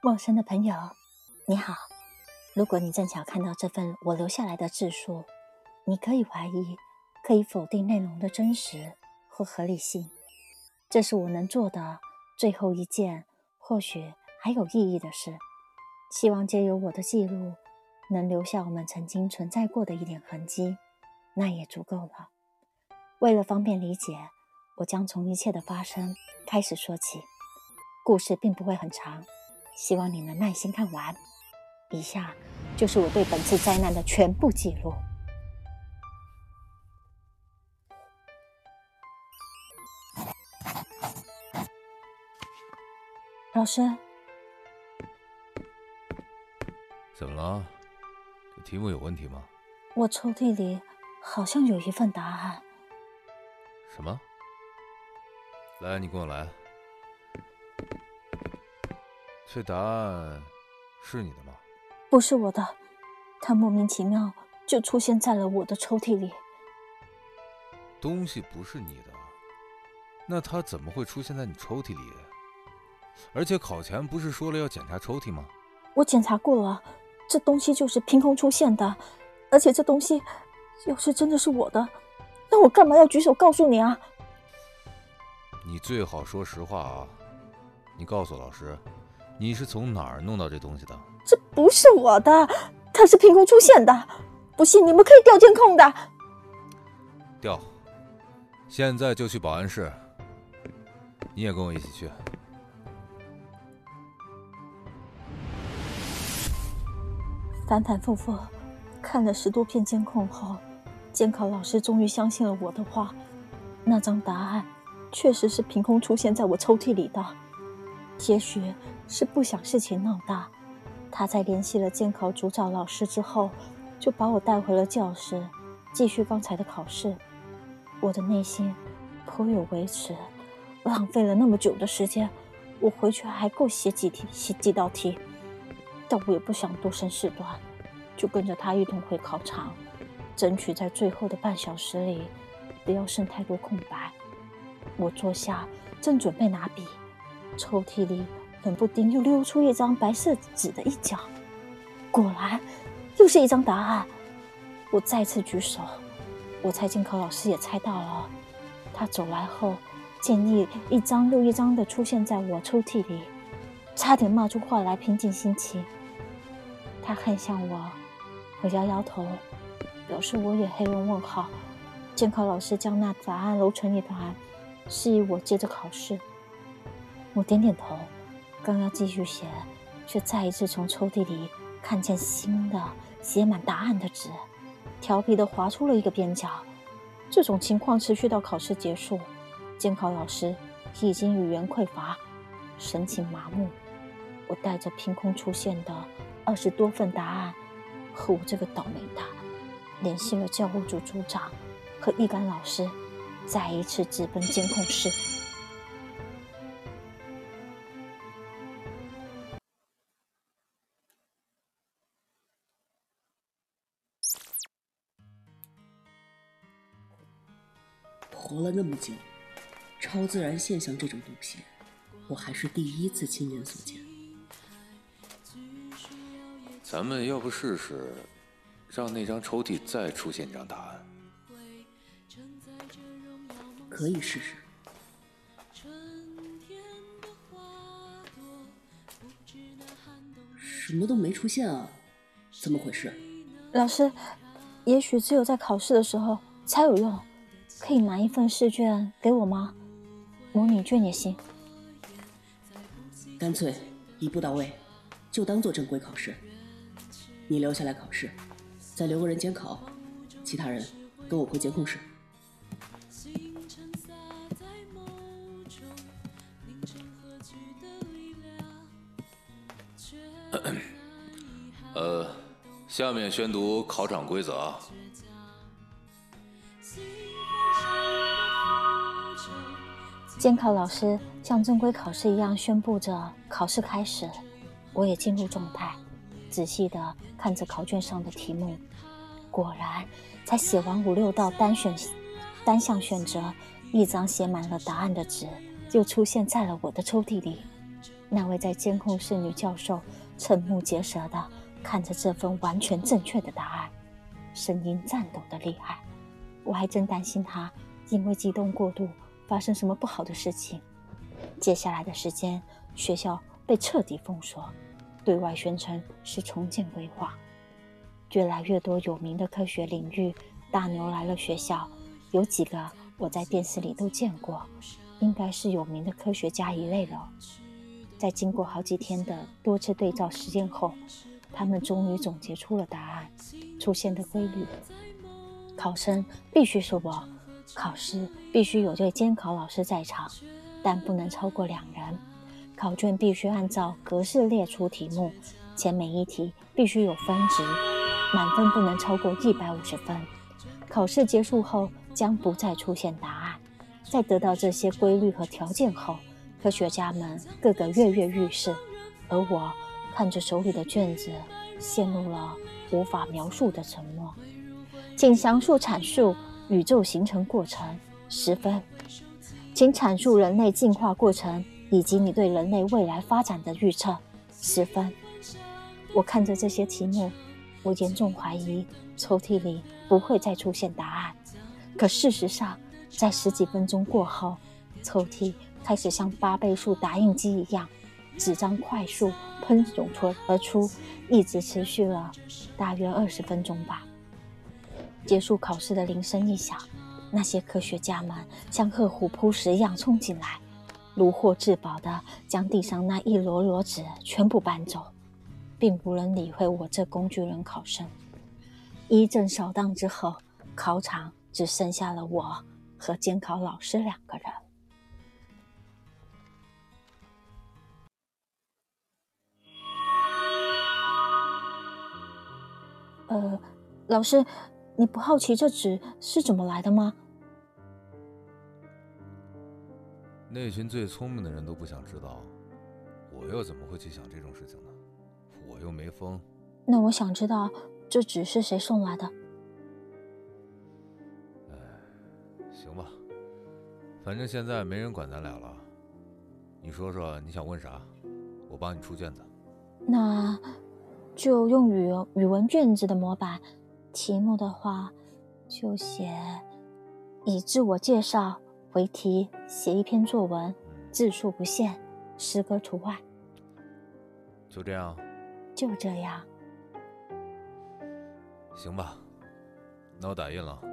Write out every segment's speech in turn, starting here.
陌生的朋友，你好。如果你正巧看到这份我留下来的自述，你可以怀疑，可以否定内容的真实或合理性。这是我能做的最后一件或许还有意义的事。希望借由我的记录，能留下我们曾经存在过的一点痕迹，那也足够了。为了方便理解，我将从一切的发生开始说起。故事并不会很长，希望你能耐心看完。以下就是我对本次灾难的全部记录。老师， 怎么了？这题目有问题吗？ 我抽屉里好像有一份答案。 什么？来，你跟我来。这答案是你的吗？ 不是我的，它莫名其妙就出现在了我的抽屉里。 东西不是你的，那它怎么会出现在你抽屉里？而且考前不是说了要检查抽屉吗？ 我检查过了，这东西就是凭空出现的，而且这东西要是真的是我的，那我干嘛要举手告诉你啊？ 你最好说实话啊！你告诉老师，你是从哪儿弄到这东西的？ 这不是我的，它是凭空出现的。不信你们可以调监控的。 调，现在就去保安室。你也跟我一起去。 反反复复看了10多遍监控后，监考老师终于相信了我的话，那张答案确实是凭空出现在我抽屉里的。也许是不想事情闹大，他在联系了监考组长老师之后，就把我带回了教室，继续刚才的考试。我的内心颇有微词，浪费了那么久的时间，我回去还够写几道题，但我也不想多生事端，就跟着他一同回考场，争取在最后的半小时里不要剩太多空白。我坐下，正准备拿笔，抽屉里冷不丁又溜出一张白色纸的一角，果然又是一张答案。我再次举手，我猜监考老师也猜到了。他走来后，建议一张又一张的出现在我抽屉里，差点骂出话来平静心情。他看向我，我摇摇头，表示我也黑人问号。监考老师将那答案揉成一团，示意我接着考试。我点点头，刚要继续写，却再一次从抽屉里看见新的写满答案的纸，调皮地划出了一个边角。这种情况持续到考试结束，监考老师已经语言匮乏，神情麻木。我带着凭空出现的20多份答案和我这个倒霉蛋，联系了教务组组长和一干老师，再一次直奔监控室。 活了那么久，超自然现象这种东西，我还是第一次亲眼所见。 咱们要不试试，让那张抽屉再出现一张答案？ 可以试试。什么都没出现啊，怎么回事？ 老师，也许只有在考试的时候才有用，可以拿一份试卷给我吗？模拟卷也行。 干脆一步到位，就当做正规考试。你留下来考试，再留个人监考，其他人跟我回监控室。 下面宣读考场规则啊。 监考老师像正规考试一样宣布着考试开始，我也进入状态，仔细地看着考卷上的题目。果然，才写完5、6道单项选择，一张写满了答案的纸就出现在了我的抽屉里。 那位在监控室女教授瞠目结舌地看着这份完全正确的答案，声音颤抖得厉害。我还真担心她因为激动过度发生什么不好的事情。接下来的时间，学校被彻底封锁，对外宣称是重建规划。越来越多有名的科学领域大牛来了学校，有几个我在电视里都见过，应该是有名的科学家一类了。在经过好几天的多次对照实验后，他们终于总结出了答案，出现的规律。考生必须是我，考试必须有对监考老师在场，但不能超过2人。考卷必须按照格式列出题目，且每一题必须有分值，满分不能超过150分。考试结束后将不再出现答案。在得到这些规律和条件后，科学家们个个跃跃欲试，而我看着手里的卷子，陷入了无法描述的沉默。请详述阐述宇宙形成过程，10分。请阐述人类进化过程以及你对人类未来发展的预测，10分。我看着这些题目，我严重怀疑抽屉里不会再出现答案。可事实上，在10几分钟过后，抽屉开始像8倍速打印机一样，纸张快速喷涌而出，一直持续了大约20分钟吧。结束考试的铃声一响，那些科学家们像饿虎扑食一样冲进来，如获至宝的将地上那一摞摞纸全部搬走，并无人理会我这工具人考生。一阵扫荡之后，考场只剩下了我和监考老师2个人。老师，你不好奇这纸是怎么来的吗？ 那群最聪明的人都不想知道，我又怎么会去想这种事情呢？我又没疯。 那我想知道这纸是谁送来的。 行吧，反正现在没人管咱俩了。你说说你想问啥，我帮你出卷子。 那就用语文卷子的模板，题目的话就写以自我介绍为题，写一篇作文，字数不限，诗歌除外。 就这样？ 就这样。 行吧，那我打印了。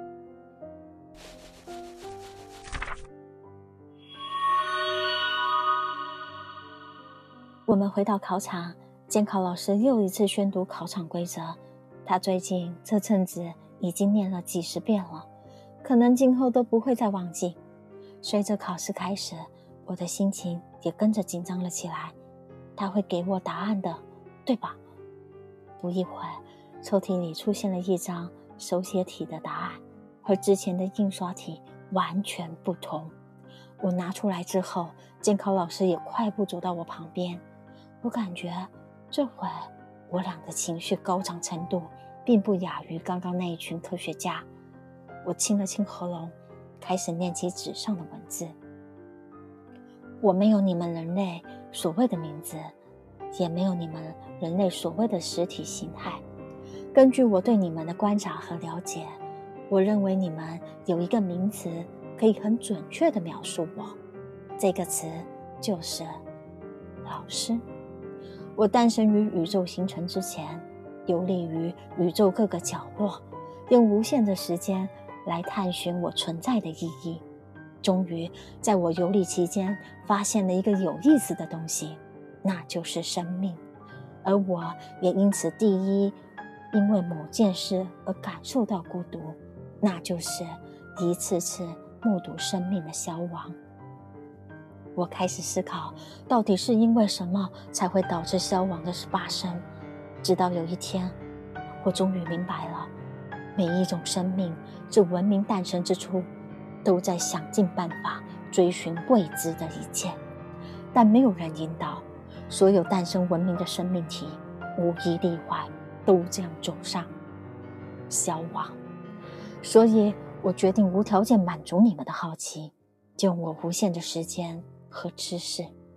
我们回到考场，监考老师又一次宣读考场规则。他最近这阵子已经念了几10遍了，可能今后都不会再忘记。随着考试开始，我的心情也跟着紧张了起来。他会给我答案的，对吧？不一会儿，抽屉里出现了一张手写体的答案，和之前的印刷体完全不同。我拿出来之后，监考老师也快步走到我旁边。我感觉这会我俩的情绪高涨程度并不亚于刚刚那一群科学家。我清了清喉咙，开始念起纸上的文字。我没有你们人类所谓的名字，也没有你们人类所谓的实体形态。根据我对你们的观察和了解，我认为你们有一个名词可以很准确地描述我，这个词就是老师。我诞生于宇宙形成之前，游历于宇宙各个角落，用无限的时间来探寻我存在的意义。终于在我游历期间发现了一个有意思的东西，那就是生命。而我也因此因为某件事而感受到孤独，那就是一次次目睹生命的消亡。我开始思考，到底是因为什么才会导致消亡的发生。直到有一天，我终于明白了，每一种生命自文明诞生之初，都在想尽办法追寻未知的一切，但没有人引导。所有诞生文明的生命体，无一例外，都这样走上消亡。所以我决定无条件满足你们的好奇，用我无限的时间和知识，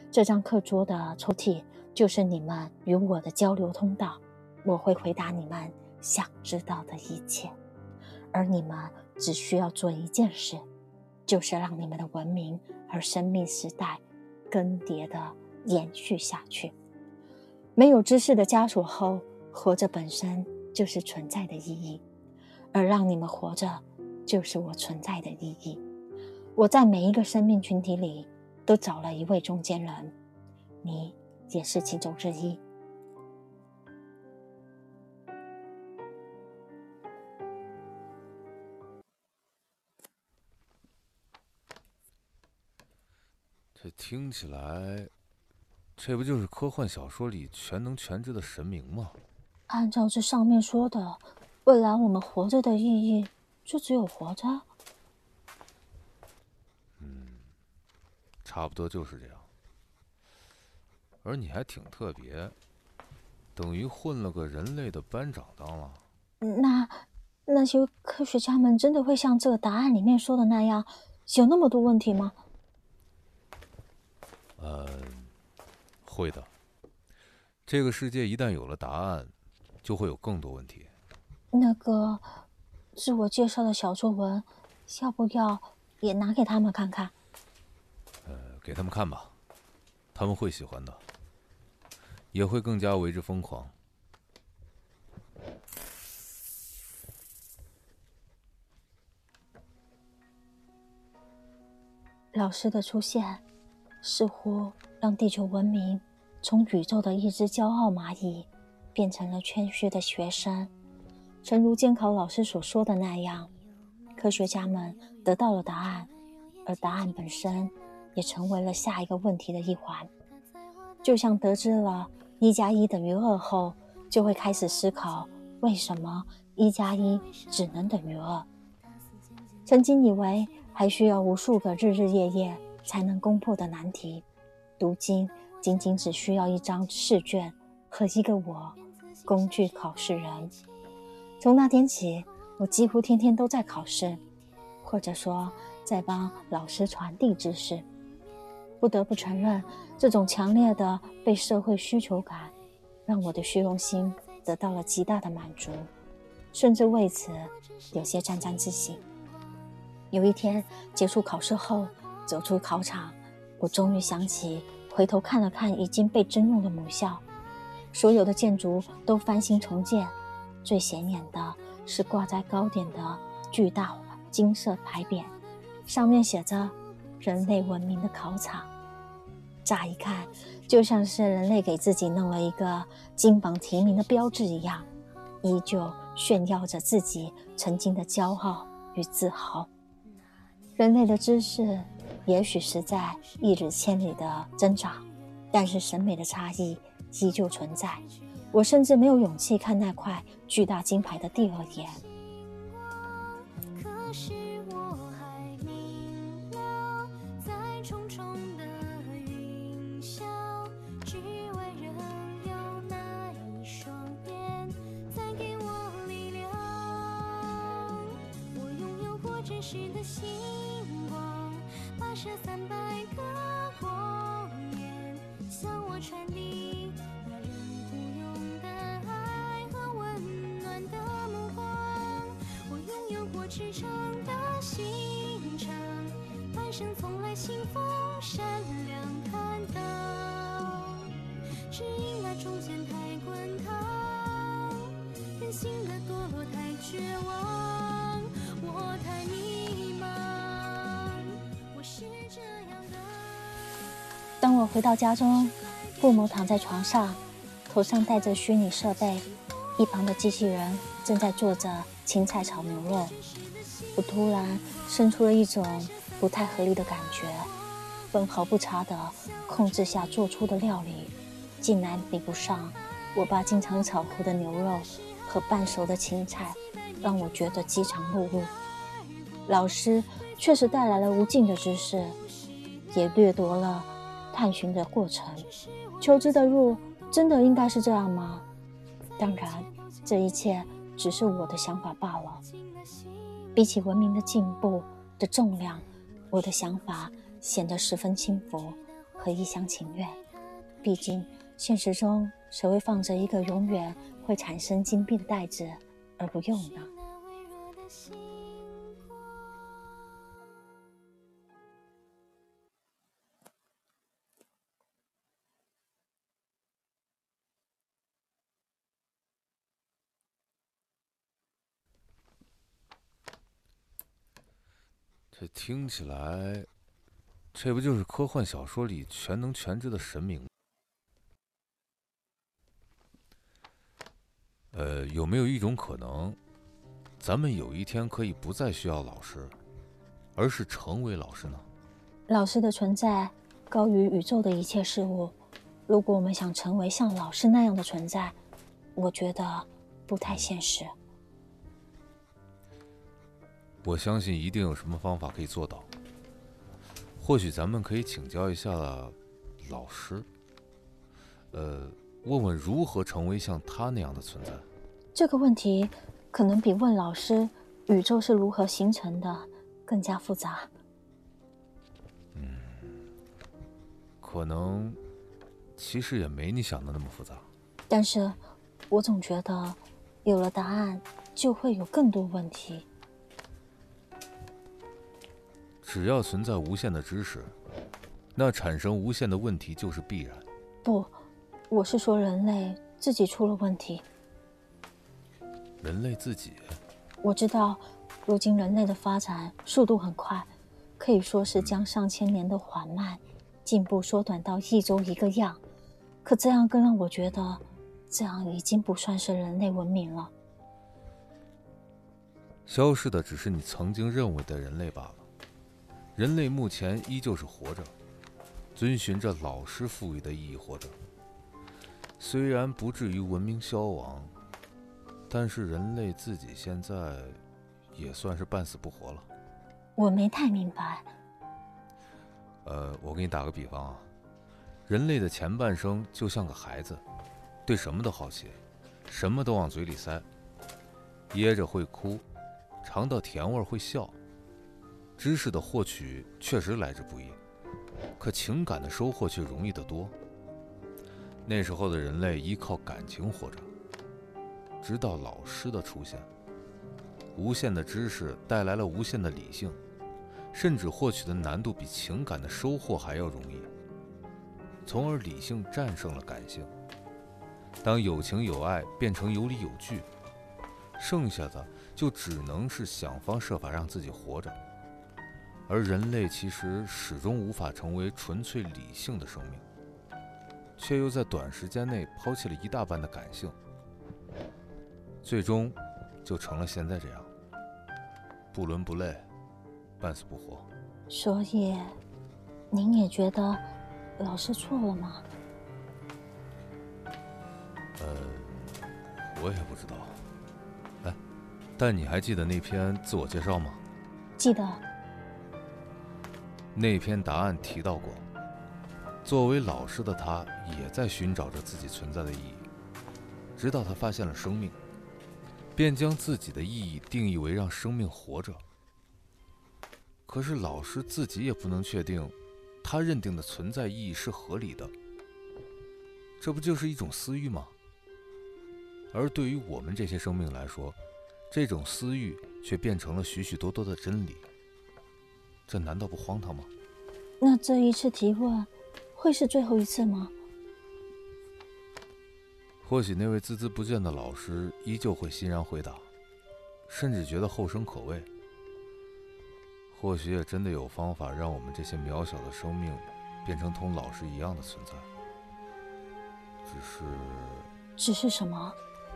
这张课桌的抽屉就是你们与我的交流通道，我会回答你们想知道的一切，而你们只需要做一件事，就是让你们的文明和生命时代更迭的延续下去。没有知识的枷锁后，活着本身就是存在的意义，而让你们活着就是我存在的意义。我在每一个生命群体里都找了一位中间人，你也是其中之一。 这听起来，这不就是科幻小说里全能全知的神明吗？ 按照这上面说的，未来我们活着的意义就只有活着。 差不多就是这样。而你还挺特别，等于混了个人类的班长当了。 那些科学家们真的会像这个答案里面说的那样，有那么多问题吗？ 会的。这个世界一旦有了答案，就会有更多问题。 那个自我介绍的小作文，要不要也拿给他们看看？ 给他们看吧，他们会喜欢的，也会更加为之疯狂。 老师的出现，似乎让地球文明从宇宙的一只骄傲蚂蚁，变成了谦虚的学生。诚如监考老师所说的那样，科学家们得到了答案，而答案本身也成为了下一个问题的一环。就像得知了1+1等于2后，就会开始思考为什么1+1只能等于2。曾经以为还需要无数个日日夜夜才能攻破的难题，如今仅仅只需要一张试卷和一个我，工具考试人。从那天起，我几乎天天都在考试，或者说在帮老师传递知识。不得不承认，这种强烈的被社会需求感，让我的虚荣心得到了极大的满足，甚至为此有些沾沾自喜。有一天结束考试后，走出考场，我终于想起回头看了看已经被征用的母校，所有的建筑都翻新重建，最显眼的是挂在高点的巨大金色牌匾，上面写着人类文明的考场。乍一看就像是人类给自己弄了一个金榜题名的标志一样，依旧炫耀着自己曾经的骄傲与自豪。人类的知识也许是在1日千里的增长，但是审美的差异依旧存在。我甚至没有勇气看那块巨大金牌的第2眼。可是我还明了，在重重的云霄，只为仍有那一双眼再给我力量。我拥有过真实的星光，跋涉300个光年，向我传递那人孤勇的爱和温暖的目光。我拥有过赤诚的心肠，半生从来信奉善良坦荡，只因那中间太滚烫，人性的堕落太绝望，我太迷茫，我是这样的。当我回到家中，父母躺在床上，头上戴着虚拟设备，一旁的机器人正在做着青菜炒牛肉。我突然生出了一种不太合理的感觉，分毫不差的控制下做出的料理，竟然比不上我爸经常炒糊的牛肉和半熟的青菜，让我觉得饥肠辘辘。老师确实带来了无尽的知识，也掠夺了探寻的过程。求知的路真的应该是这样吗？当然，这一切只是我的想法罢了。比起文明的进步的重量，我的想法显得十分轻浮， 和一厢情愿。毕竟现实中谁会放着一个永远会产生金币的袋子而不用呢？ 这听起来，这不就是科幻小说里全能全知的神明吗？有没有一种可能，咱们有一天可以不再需要老师，而是成为老师呢？ 老师的存在高于宇宙的一切事物。如果我们想成为像老师那样的存在，我觉得不太现实。 我相信一定有什么方法可以做到。或许咱们可以请教一下老师，问问如何成为像他那样的存在。 这个问题可能比问老师宇宙是如何形成的更加复杂。 可能其实也没你想的那么复杂。 但是我总觉得有了答案就会有更多问题。 只要存在无限的知识，那产生无限的问题就是必然。 不，我是说人类自己出了问题。 人类自己？ 我知道如今人类的发展速度很快，可以说是将上千年的缓慢进步缩短到一周一个样，可这样更让我觉得这样已经不算是人类文明了。 消失的只是你曾经认为的人类罢了。人类目前依旧是活着，遵循着老师赋予的意义活着。虽然不至于文明消亡，但是人类自己现在也算是半死不活了。 我没太明白。 我给你打个比方啊，人类的前半生就像个孩子，对什么都好奇，什么都往嘴里塞，噎着会哭，尝到甜味会笑。知识的获取确实来之不易，可情感的收获却容易得多。那时候的人类依靠感情活着，直到老师的出现，无限的知识带来了无限的理性，甚至获取的难度比情感的收获还要容易，从而理性战胜了感性。当有情有爱变成有理有据，剩下的就只能是想方设法让自己活着。而人类其实始终无法成为纯粹理性的生命，却又在短时间内抛弃了一大半的感性，最终就成了现在这样，不伦不类，半死不活。 所以您也觉得老师错了吗？ 我也不知道。哎，但你还记得那篇自我介绍吗？ 记得。 那篇答案提到过，作为老师的他也在寻找着自己存在的意义，直到他发现了生命，便将自己的意义定义为让生命活着。可是老师自己也不能确定他认定的存在意义是合理的，这不就是一种私欲吗？而对于我们这些生命来说，这种私欲却变成了许许多多的真理，这难道不荒唐吗？ 那这一次提问会是最后一次吗？ 或许那位孜孜不倦的老师依旧会欣然回答，甚至觉得后生可畏。或许也真的有方法让我们这些渺小的生命变成同老师一样的存在， 只是什么？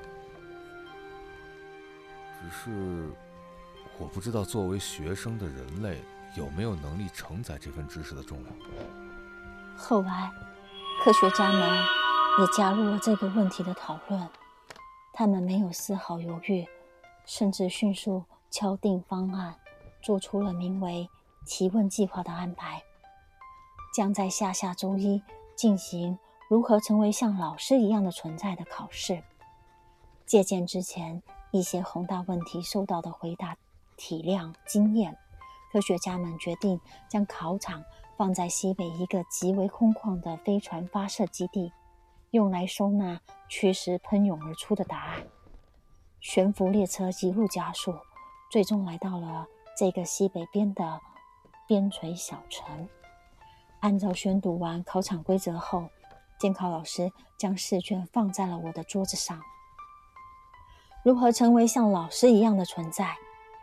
只是我不知道作为学生的人类有没有能力承载这份知识的重量。 后来科学家们也加入了这个问题的讨论，他们没有丝毫犹豫，甚至迅速敲定方案，做出了名为提问计划的安排，将在下下周一进行如何成为像老师一样的存在的考试。借鉴之前一些宏大问题受到的回答体量经验，科学家们决定将考场放在西北一个极为空旷的飞船发射基地，用来收纳驱使喷涌而出的答案。悬浮列车一路加速，最终来到了这个西北边的边陲小城。按照宣读完考场规则后，监考老师将试卷放在了我的桌子上。如何成为像老师一样的存在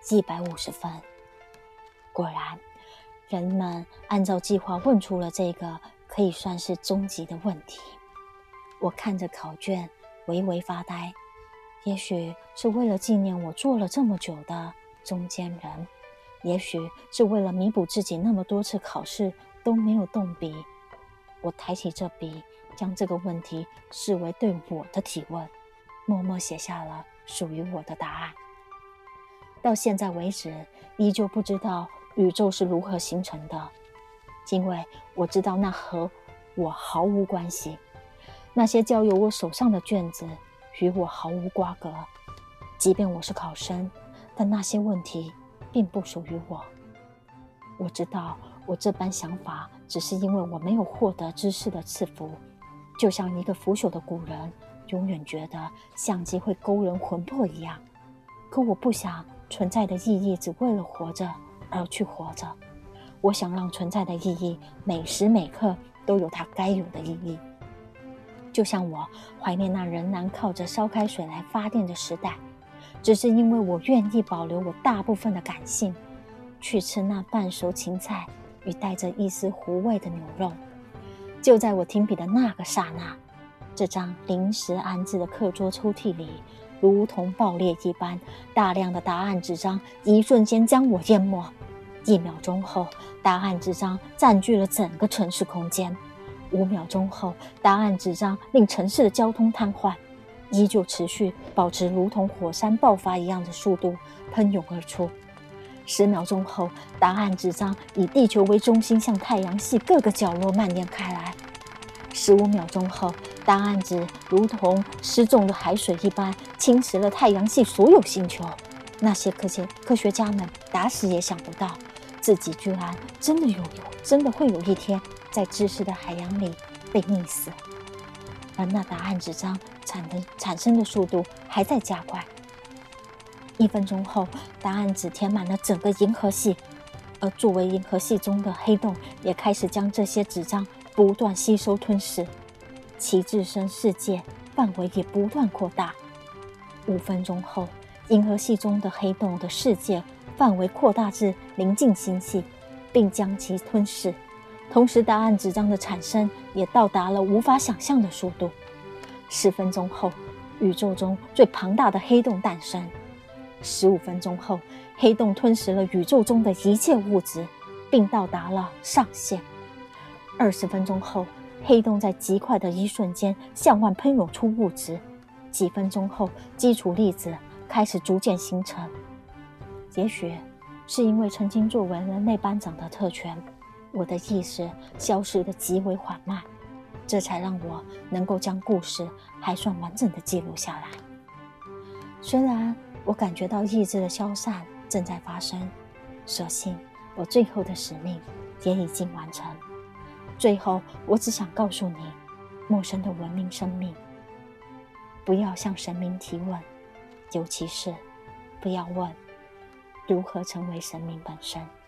？150分。果然，人们按照计划问出了这个可以算是终极的问题。我看着考卷微微发呆，也许是为了纪念我做了这么久的中间人，也许是为了弥补自己那么多次考试都没有动笔。我抬起这笔，将这个问题视为对我的提问，默默写下了属于我的答案。到现在为止，依旧不知道宇宙是如何形成的，因为我知道那和我毫无关系。那些交由我手上的卷子与我毫无瓜葛，即便我是考生，但那些问题并不属于我。我知道我这般想法只是因为我没有获得知识的赐福，就像一个腐朽的古人永远觉得相机会勾人魂魄一样。可我不想存在的意义只为了活着而去活着，我想让存在的意义每时每刻都有它该有的意义。就像我怀念那仍然靠着烧开水来发电的时代，只是因为我愿意保留我大部分的感性，去吃那半熟芹菜与带着一丝糊味的牛肉。就在我停笔的那个刹那，这张临时安置的课桌抽屉里如同爆裂一般，大量的答案纸张一瞬间将我淹没。1秒钟后，答案纸张占据了整个城市空间。5秒钟后，答案纸张令城市的交通瘫痪，依旧持续保持如同火山爆发一样的速度喷涌而出。10秒钟后，答案纸张以地球为中心向太阳系各个角落蔓延开来。15秒钟后，答案纸如同失重的海水一般侵蚀了太阳系所有星球。那些科学家们打死也想不到，自己居然真的会有一天在知识的海洋里被溺死，而那答案纸张产生的速度还在加快。1分钟后，答案纸填满了整个银河系，而作为银河系中的黑洞也开始将这些纸张不断吸收吞噬，其自身世界范围也不断扩大。5分钟后，银河系中的黑洞的世界范围扩大至邻近星系，并将其吞噬。同时，答案纸张的产生也到达了无法想象的速度。10分钟后，宇宙中最庞大的黑洞诞生。15分钟后，黑洞吞噬了宇宙中的一切物质，并到达了上限。20分钟后，黑洞在极快的一瞬间向外喷涌出物质。几分钟后，基础粒子开始逐渐形成。也许是因为曾经作为人类班长的特权，我的意识消失得极为缓慢，这才让我能够将故事还算完整的记录下来。虽然我感觉到意志的消散正在发生，所幸我最后的使命也已经完成。最后，我只想告诉你，陌生的文明生命，不要向神明提问，尤其是不要问如何成为神明本身。